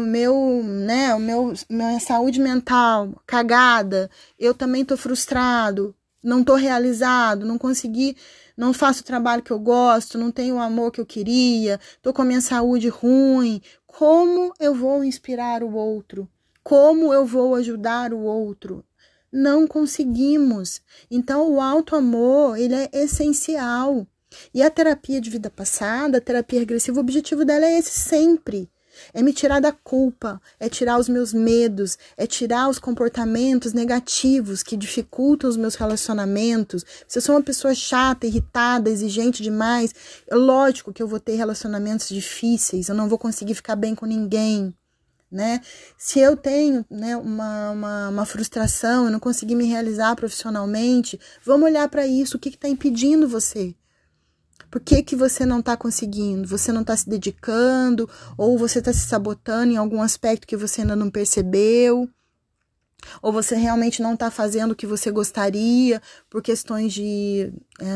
minha saúde mental cagada, eu também tô frustrado, não tô realizado, não consegui, não faço o trabalho que eu gosto, não tenho o amor que eu queria, tô com a minha saúde ruim, como eu vou inspirar o outro? Como eu vou ajudar o outro? Não conseguimos. Então, o auto-amor, ele é essencial. E a terapia de vida passada, a terapia regressiva, o objetivo dela é esse sempre. É me tirar da culpa, é tirar os meus medos, é tirar os comportamentos negativos que dificultam os meus relacionamentos. Se eu sou uma pessoa chata, irritada, exigente demais, lógico que eu vou ter relacionamentos difíceis, eu não vou conseguir ficar bem com ninguém, né? Se eu tenho, né, uma frustração, eu não consegui me realizar profissionalmente, vamos olhar para isso, o que está impedindo você? Por que você não está conseguindo? Você não está se dedicando? Ou você está se sabotando em algum aspecto que você ainda não percebeu? Ou você realmente não está fazendo o que você gostaria por questões de,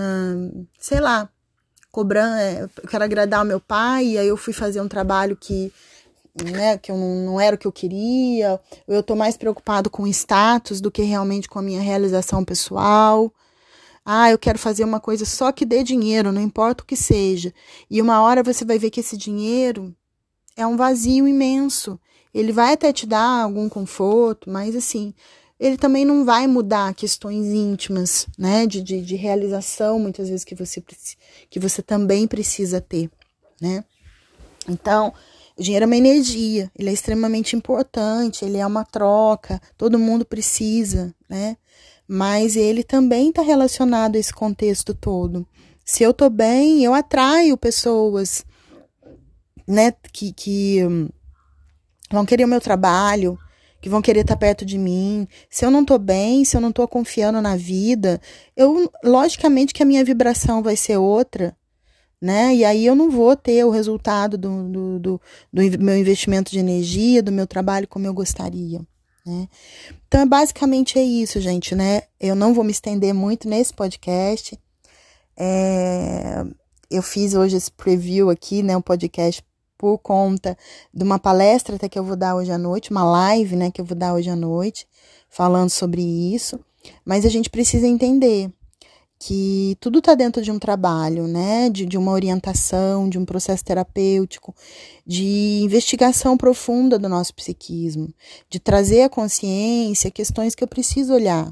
sei lá, cobrando, eu quero agradar o meu pai, e aí eu fui fazer um trabalho que eu não era o que eu queria, ou eu estou mais preocupado com o status do que realmente com a minha realização pessoal. Eu quero fazer uma coisa só que dê dinheiro, não importa o que seja. E uma hora você vai ver que esse dinheiro é um vazio imenso. Ele vai até te dar algum conforto, mas assim, ele também não vai mudar questões íntimas, né? De realização, muitas vezes, que você também precisa ter, né? Então, o dinheiro é uma energia, ele é extremamente importante, ele é uma troca, todo mundo precisa, né? Mas ele também está relacionado a esse contexto todo. Se eu estou bem, eu atraio pessoas, né, que vão querer o meu trabalho, que vão querer estar perto de mim. Se eu não estou bem, se eu não estou confiando na vida, logicamente que a minha vibração vai ser outra, né? E aí eu não vou ter o resultado do meu investimento de energia, do meu trabalho como eu gostaria, né? Então, basicamente é isso, gente, né? Eu não vou me estender muito nesse podcast. Eu fiz hoje esse preview aqui, né? Um podcast por conta de uma palestra até que eu vou dar hoje à noite, uma live, né? Que eu vou dar hoje à noite, falando sobre isso. Mas a gente precisa entender que tudo está dentro de um trabalho, né? De uma orientação, de um processo terapêutico, de investigação profunda do nosso psiquismo, de trazer à consciência questões que eu preciso olhar,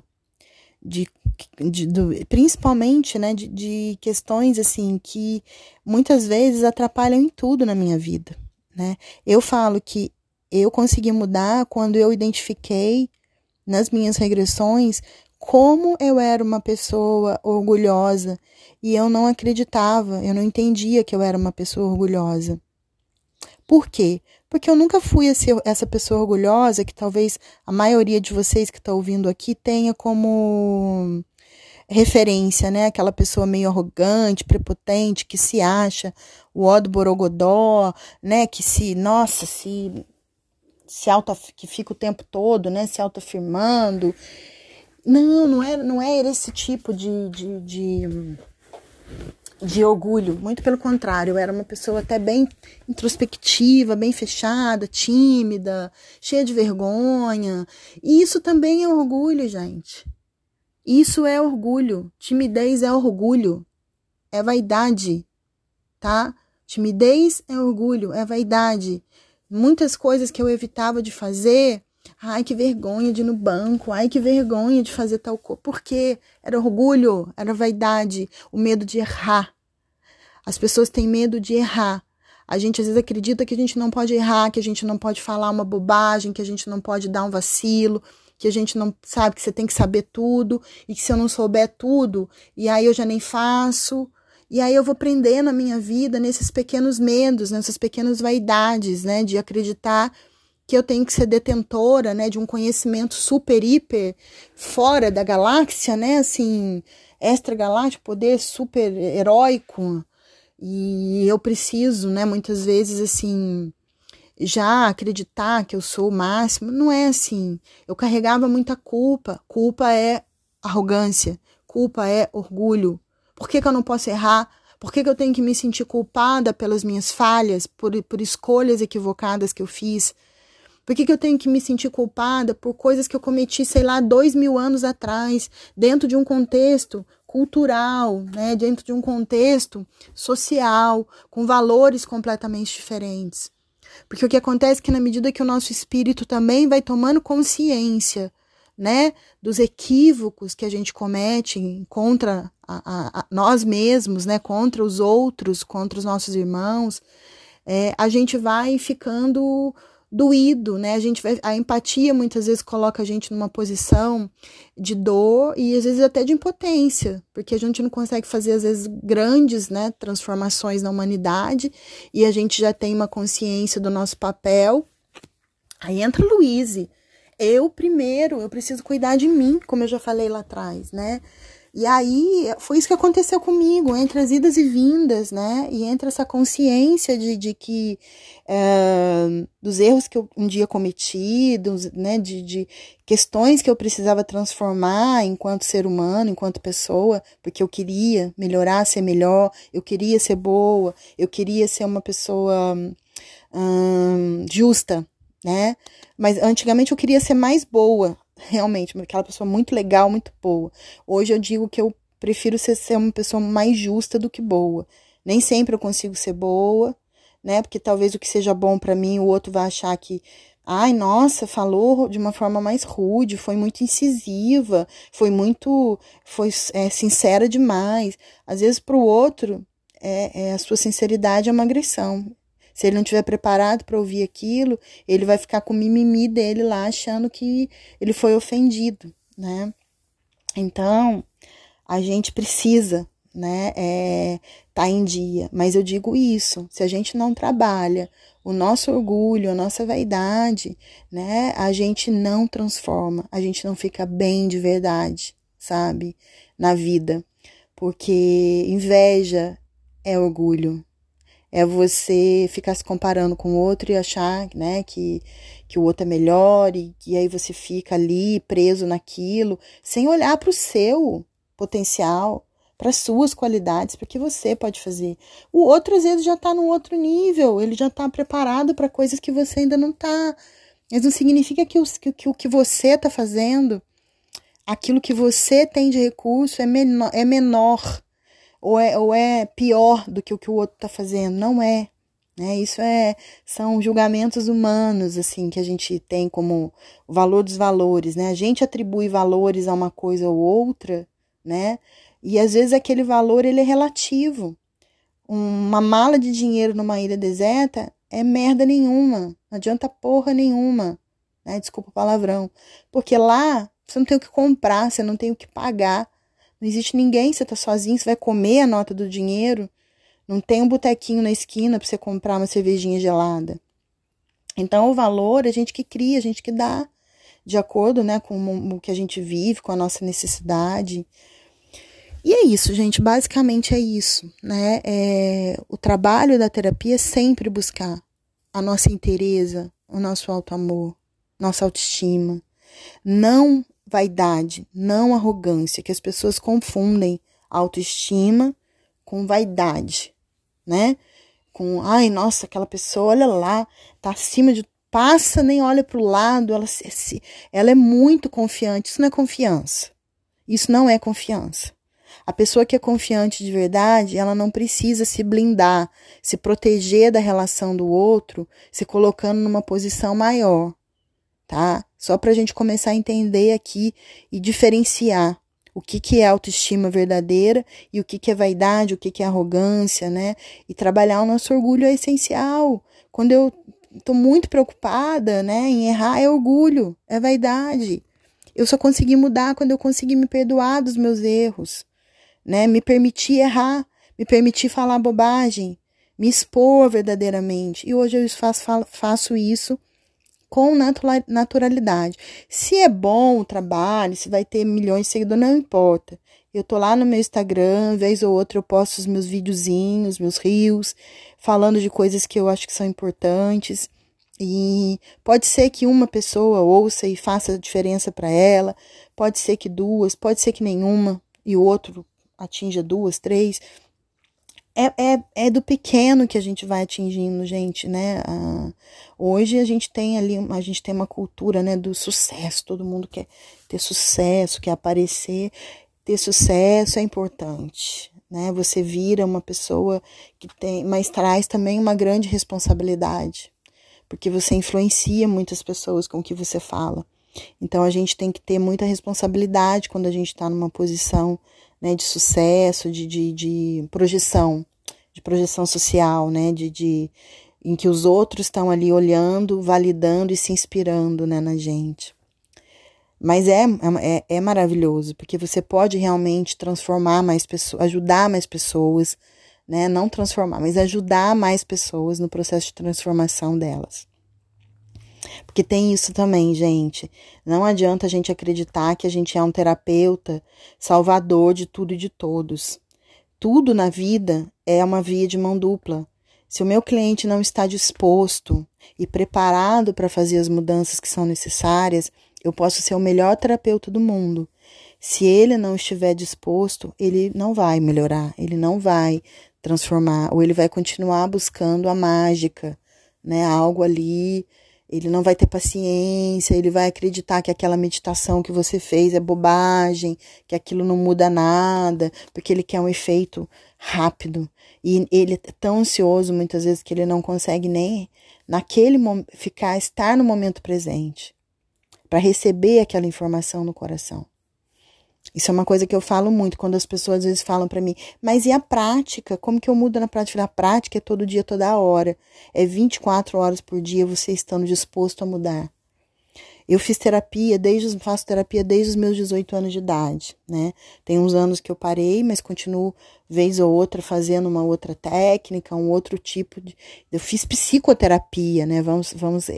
principalmente, né? De questões assim que muitas vezes atrapalham em tudo na minha vida, né? Eu falo que eu consegui mudar quando eu identifiquei nas minhas regressões como eu era uma pessoa orgulhosa e eu não acreditava, eu não entendia que eu era uma pessoa orgulhosa. Por quê? Porque eu nunca fui essa pessoa orgulhosa que talvez a maioria de vocês que está ouvindo aqui tenha como referência, né? Aquela pessoa meio arrogante, prepotente, que se acha o ó do borogodó, né? Que que fica o tempo todo, né? Se autoafirmando. Não é esse tipo de orgulho, muito pelo contrário, eu era uma pessoa até bem introspectiva, bem fechada, tímida, cheia de vergonha, e isso também é orgulho, gente. Isso é orgulho. Timidez é orgulho. É vaidade, tá? Timidez é orgulho, é vaidade. Muitas coisas que eu evitava de fazer, ai, que vergonha de ir no banco, ai, que vergonha de fazer tal coisa. Por quê? Era orgulho, era vaidade, o medo de errar. As pessoas têm medo de errar. A gente às vezes acredita que a gente não pode errar, que a gente não pode falar uma bobagem, que a gente não pode dar um vacilo, que a gente não sabe que você tem que saber tudo, e que se eu não souber tudo, e aí eu já nem faço. E aí eu vou prendendo a minha vida nesses pequenos medos, nessas pequenas vaidades, né, de acreditar que eu tenho que ser detentora, né, de um conhecimento super, hiper, fora da galáxia, né, assim, extragaláctico, poder super heróico. E eu preciso, né, muitas vezes, assim, já acreditar que eu sou o máximo. Não é assim. Eu carregava muita culpa. Culpa é arrogância. Culpa é orgulho. Por que eu não posso errar? Por que eu tenho que me sentir culpada pelas minhas falhas, por escolhas equivocadas que eu fiz? Por que eu tenho que me sentir culpada por coisas que eu cometi, sei lá, 2000 anos atrás, dentro de um contexto cultural, né, dentro de um contexto social, com valores completamente diferentes? Porque o que acontece é que na medida que o nosso espírito também vai tomando consciência, né, dos equívocos que a gente comete contra nós mesmos, né, contra os outros, contra os nossos irmãos, a gente vai ficando doído, né? A empatia muitas vezes coloca a gente numa posição de dor e às vezes até de impotência, porque a gente não consegue fazer às vezes grandes, né, transformações na humanidade e a gente já tem uma consciência do nosso papel. Aí entra o Luíse. Eu primeiro, eu preciso cuidar de mim, como eu já falei lá atrás, né? E aí, foi isso que aconteceu comigo, entre as idas e vindas, né? E entre essa consciência de que dos erros que eu um dia cometi, né? De questões que eu precisava transformar enquanto ser humano, enquanto pessoa, porque eu queria melhorar, ser melhor, eu queria ser boa, eu queria ser uma pessoa justa, né? Mas antigamente eu queria ser mais boa, realmente, aquela pessoa muito legal, muito boa. Hoje eu digo que eu prefiro ser uma pessoa mais justa do que boa. Nem sempre eu consigo ser boa, né? Porque talvez o que seja bom pra mim, o outro vai achar que, ai, nossa, falou de uma forma mais rude, foi muito incisiva, foi sincera demais. Às vezes pro outro, a sua sinceridade é uma agressão. Se ele não estiver preparado para ouvir aquilo, ele vai ficar com o mimimi dele lá, achando que ele foi ofendido, né? Então, a gente precisa, né, tá em dia. Mas eu digo isso, se a gente não trabalha o nosso orgulho, a nossa vaidade, né, a gente não transforma, a gente não fica bem de verdade, sabe, na vida. Porque inveja é orgulho. É você ficar se comparando com o outro e achar, né, que o outro é melhor e aí você fica ali preso naquilo, sem olhar para o seu potencial, para as suas qualidades, para o que você pode fazer. O outro, às vezes, já está num outro nível, ele já está preparado para coisas que você ainda não está. Mas não significa que o que você está fazendo, aquilo que você tem de recurso é menor. Ou é pior do que o outro está fazendo. Não é, né? Isso são julgamentos humanos, assim, que a gente tem como o valor dos valores, né? A gente atribui valores a uma coisa ou outra, né? E às vezes aquele valor, ele é relativo. Uma mala de dinheiro numa ilha deserta é merda nenhuma, não adianta porra nenhuma, né? Desculpa o palavrão. Porque lá, você não tem o que comprar, você não tem o que pagar. Não existe ninguém, você tá sozinho, você vai comer a nota do dinheiro, não tem um botequinho na esquina para você comprar uma cervejinha gelada. Então, o valor a gente que cria, a gente que dá, de acordo, né, com o que a gente vive, com a nossa necessidade. E é isso, gente, basicamente é isso, né? O trabalho da terapia é sempre buscar a nossa inteireza, o nosso auto-amor, nossa autoestima. Não vaidade, não arrogância, que as pessoas confundem autoestima com vaidade, né? Com, ai, nossa, aquela pessoa, olha lá, tá acima de, passa, nem olha pro lado, ela é muito confiante, isso não é confiança, Isso não é confiança. A pessoa que é confiante de verdade, ela não precisa se blindar, se proteger da relação do outro, se colocando numa posição maior, tá? Só para a gente começar a entender aqui e diferenciar o que é autoestima verdadeira e o que é vaidade, o que é arrogância, né? E trabalhar o nosso orgulho é essencial. Quando eu tô muito preocupada, né, em errar, é orgulho, é vaidade. Eu só consegui mudar quando eu consegui me perdoar dos meus erros, né? Me permitir errar, me permitir falar bobagem, me expor verdadeiramente. E hoje eu faço isso com naturalidade. Se é bom o trabalho, se vai ter milhões de seguidores, não importa. Eu tô lá no meu Instagram, vez ou outra eu posto os meus videozinhos, meus reels, falando de coisas que eu acho que são importantes. E pode ser que uma pessoa ouça e faça diferença para ela, pode ser que duas, pode ser que nenhuma, e o outro atinja duas, três. É do pequeno que a gente vai atingindo, gente, né? Hoje a gente tem uma cultura, né, do sucesso. Todo mundo quer ter sucesso, quer aparecer. Ter sucesso é importante, né? Você vira uma pessoa que tem, mas traz também uma grande responsabilidade, porque você influencia muitas pessoas com o que você fala. Então a gente tem que ter muita responsabilidade quando a gente está numa posição, né, de sucesso, de projeção social, né, em que os outros estão ali olhando, validando e se inspirando, né, na gente. Mas é maravilhoso, porque você pode realmente transformar mais pessoas, ajudar mais pessoas, né, não transformar, mas ajudar mais pessoas no processo de transformação delas. Porque tem isso também, gente. Não adianta a gente acreditar que a gente é um terapeuta salvador de tudo e de todos. Tudo na vida é uma via de mão dupla. Se o meu cliente não está disposto e preparado para fazer as mudanças que são necessárias, eu posso ser o melhor terapeuta do mundo. Se ele não estiver disposto, ele não vai melhorar, ele não vai transformar, ou ele vai continuar buscando a mágica, né? Algo ali. Ele não vai ter paciência, ele vai acreditar que aquela meditação que você fez é bobagem, que aquilo não muda nada, porque ele quer um efeito rápido. E ele é tão ansioso muitas vezes que ele não consegue nem naquele momento estar no momento presente para receber aquela informação no coração. Isso é uma coisa que eu falo muito quando as pessoas às vezes falam para mim, mas e a prática? Como que eu mudo na prática? A prática é todo dia, toda hora. É 24 horas por dia você estando disposto a mudar. Eu faço terapia desde os meus 18 anos de idade, né? Tem uns anos que eu parei, mas continuo vez ou outra fazendo uma outra técnica, um outro tipo de... Eu fiz psicoterapia, né? Vamos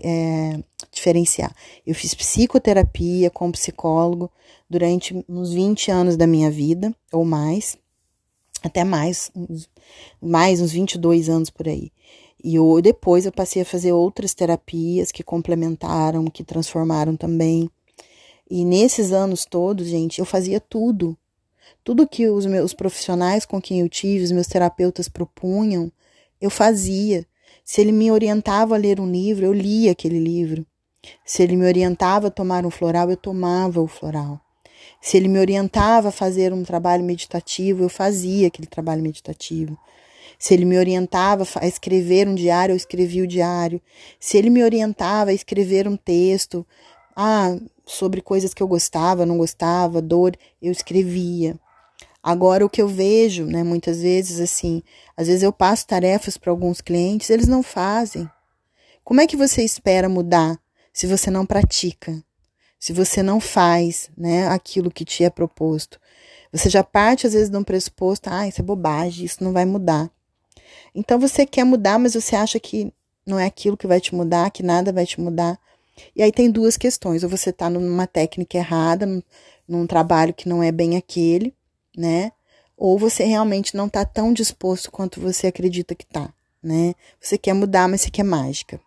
diferenciar. Eu fiz psicoterapia com psicólogo durante uns 20 anos da minha vida, ou mais, até mais uns 22 anos por aí. E depois eu passei a fazer outras terapias que complementaram, que transformaram também. E nesses anos todos, gente, eu fazia tudo. Tudo que os meus profissionais com quem eu tive, os meus terapeutas propunham, eu fazia. Se ele me orientava a ler um livro, eu lia aquele livro. Se ele me orientava a tomar um floral, eu tomava o floral. Se ele me orientava a fazer um trabalho meditativo, eu fazia aquele trabalho meditativo. Se ele me orientava a escrever um diário, eu escrevia o diário. Se ele me orientava a escrever um texto, sobre coisas que eu gostava, não gostava, dor, eu escrevia. Agora, o que eu vejo, né, muitas vezes, assim, às vezes eu passo tarefas para alguns clientes, eles não fazem. Como é que você espera mudar se você não pratica? Se você não faz, né, aquilo que te é proposto? Você já parte, às vezes, de um pressuposto, isso é bobagem, isso não vai mudar. Então, você quer mudar, mas você acha que não é aquilo que vai te mudar, que nada vai te mudar. E aí tem duas questões. Ou você está numa técnica errada, num trabalho que não é bem aquele, né? Ou você realmente não está tão disposto quanto você acredita que está, né? Você quer mudar, mas você quer mágica.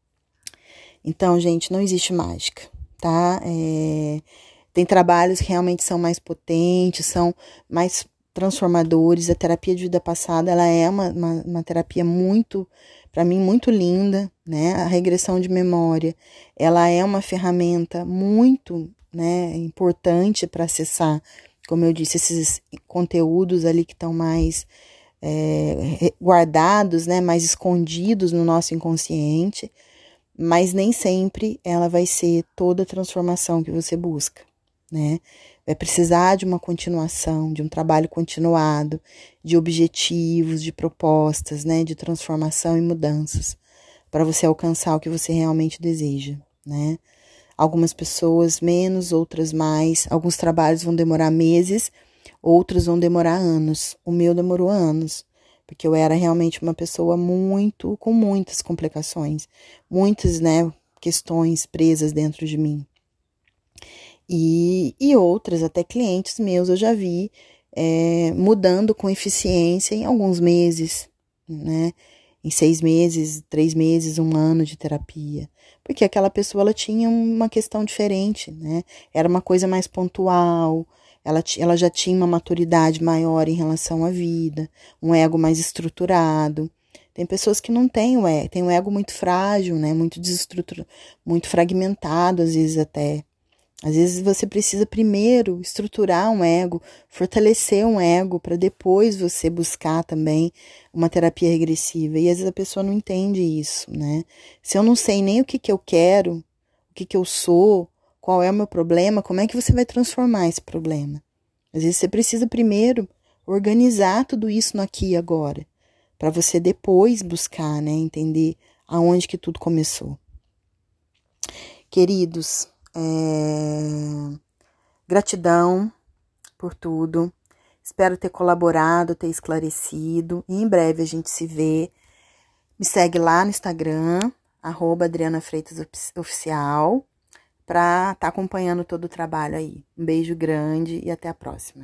Então, gente, não existe mágica, tá? Tem trabalhos que realmente são mais potentes, são mais transformadores. A terapia de vida passada, ela é uma terapia muito, para mim, muito linda, né? A regressão de memória, ela é uma ferramenta muito, né, importante para acessar como eu disse, esses conteúdos ali que estão mais guardados, né, mais escondidos no nosso inconsciente, mas nem sempre ela vai ser toda a transformação que você busca, né? Vai precisar de uma continuação, de um trabalho continuado, de objetivos, de propostas, né, de transformação e mudanças, para você alcançar o que você realmente deseja, né? Algumas pessoas menos, outras mais, alguns trabalhos vão demorar meses, outros vão demorar anos. O meu demorou anos, porque eu era realmente uma pessoa com muitas complicações, muitas, né, questões presas dentro de mim. E outras, até clientes meus, eu já vi mudando com eficiência em alguns meses, né? Em 6 meses, 3 meses, 1 ano de terapia. Porque aquela pessoa, ela tinha uma questão diferente, né? Era uma coisa mais pontual, ela já tinha uma maturidade maior em relação à vida, um ego mais estruturado. Tem pessoas que não têm o ego, tem um ego muito frágil, né? Muito desestruturado, muito fragmentado, às vezes até. Às vezes você precisa primeiro estruturar um ego, fortalecer um ego, para depois você buscar também uma terapia regressiva. E às vezes a pessoa não entende isso, né? Se eu não sei nem o que eu quero, o que eu sou, qual é o meu problema, como é que você vai transformar esse problema? Às vezes você precisa primeiro organizar tudo isso no aqui e agora, para você depois buscar, né, entender aonde que tudo começou. Queridos, gratidão por tudo. Espero ter colaborado, ter esclarecido. E em breve a gente se vê. Me segue lá no Instagram, @AdrianaFreitasoficial, para estar acompanhando todo o trabalho aí. Um beijo grande e até a próxima.